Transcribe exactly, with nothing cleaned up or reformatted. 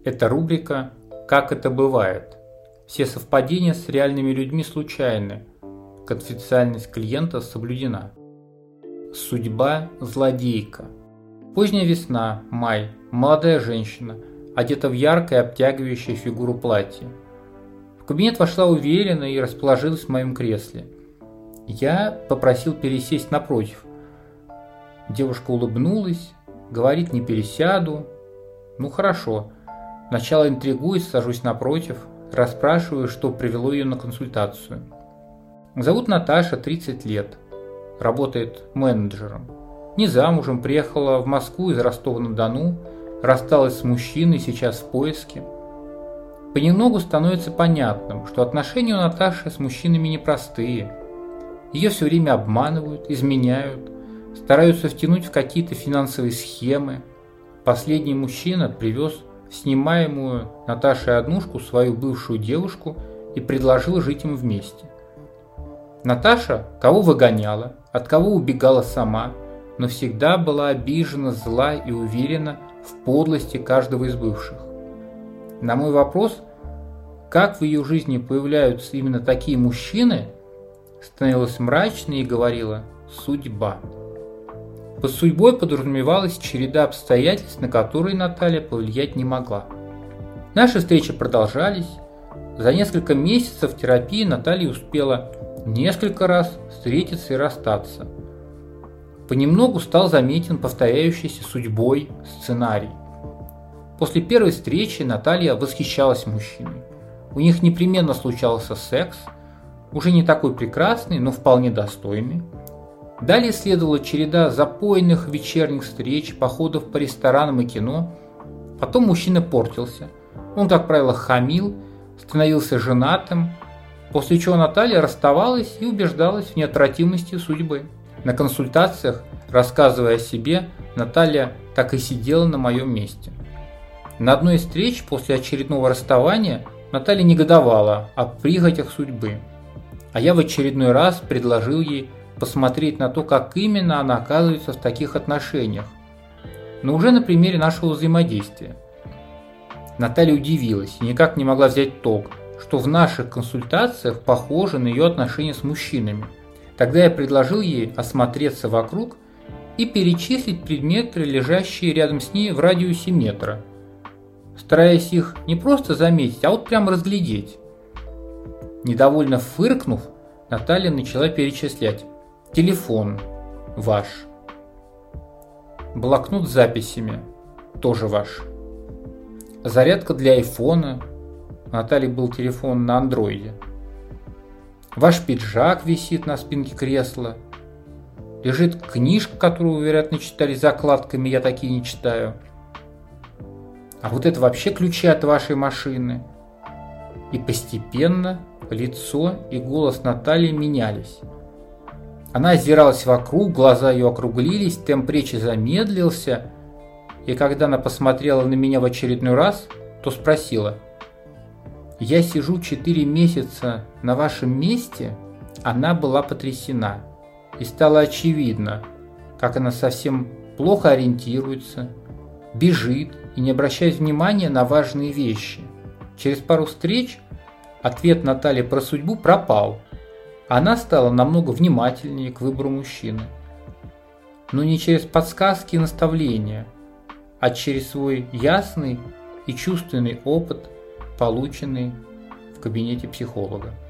Это рубрика «Как это бывает». Все совпадения с реальными людьми случайны. Конфиденциальность клиента соблюдена. Судьба злодейка. Поздняя весна, май. Молодая женщина, одета в яркое, обтягивающее фигуру платье. В кабинет вошла уверенно и расположилась в моем кресле. Я попросил пересесть напротив. Девушка улыбнулась, говорит, не пересяду. Ну хорошо. Сначала интригуюсь, сажусь напротив, расспрашиваю, что привело ее на консультацию. Зовут Наташа, тридцать лет. Работает менеджером. Не замужем, приехала в Москву из Ростова-на-Дону, рассталась с мужчиной, сейчас в поиске. Понемногу становится понятным, что отношения у Наташи с мужчинами непростые. Ее все время обманывают, изменяют, стараются втянуть в какие-то финансовые схемы. Последний мужчина привез в снимаемую Наташей однушку свою бывшую девушку и предложил жить им вместе. Наташа кого выгоняла, от кого убегала сама, но всегда была обижена, зла и уверена в подлости каждого из бывших. На мой вопрос, как в ее жизни появляются именно такие мужчины, становилась мрачной и говорила «судьба». Под судьбой подразумевалась череда обстоятельств, на которые Наталья повлиять не могла. Наши встречи продолжались. За несколько месяцев терапии Наталья успела несколько раз встретиться и расстаться. Понемногу стал заметен повторяющийся судьбой сценарий. После первой встречи Наталья восхищалась мужчиной. У них непременно случался секс, уже не такой прекрасный, но вполне достойный. Далее следовала череда запойных вечерних встреч, походов по ресторанам и кино. Потом мужчина портился. Он, как правило, хамил, становился женатым, после чего Наталья расставалась и убеждалась в неотвратимости судьбы. На консультациях, рассказывая о себе, Наталья так и сидела на моем месте. На одной из встреч после очередного расставания Наталья негодовала о прихотях судьбы, а я в очередной раз предложил ей посмотреть на то, как именно она оказывается в таких отношениях, но уже на примере нашего взаимодействия. Наталья удивилась и никак не могла взять толк, что в наших консультациях похоже на ее отношения с мужчинами. Тогда я предложил ей осмотреться вокруг и перечислить предметы, лежащие рядом с ней в радиусе метра, стараясь их не просто заметить, а вот прямо разглядеть. Недовольно фыркнув, Наталья начала перечислять. Телефон ваш. Блокнот с записями тоже ваш. Зарядка для айфона. У Натальи был телефон на андроиде. Ваш пиджак висит на спинке кресла. Лежит книжка, которую вы, вероятно, читали закладками, я такие не читаю. А вот это вообще ключи от вашей машины. И постепенно лицо и голос Натальи менялись. Она озиралась вокруг, глаза ее округлились, темп речи замедлился, и когда она посмотрела на меня в очередной раз, то спросила: «Я сижу четыре месяца на вашем месте?» Она была потрясена, и стало очевидно, как она совсем плохо ориентируется, бежит и не обращает внимания на важные вещи. Через пару встреч ответ Натальи про судьбу пропал. Она стала намного внимательнее к выбору мужчины. Но не через подсказки и наставления, а через свой ясный и чувственный опыт, полученный в кабинете психолога.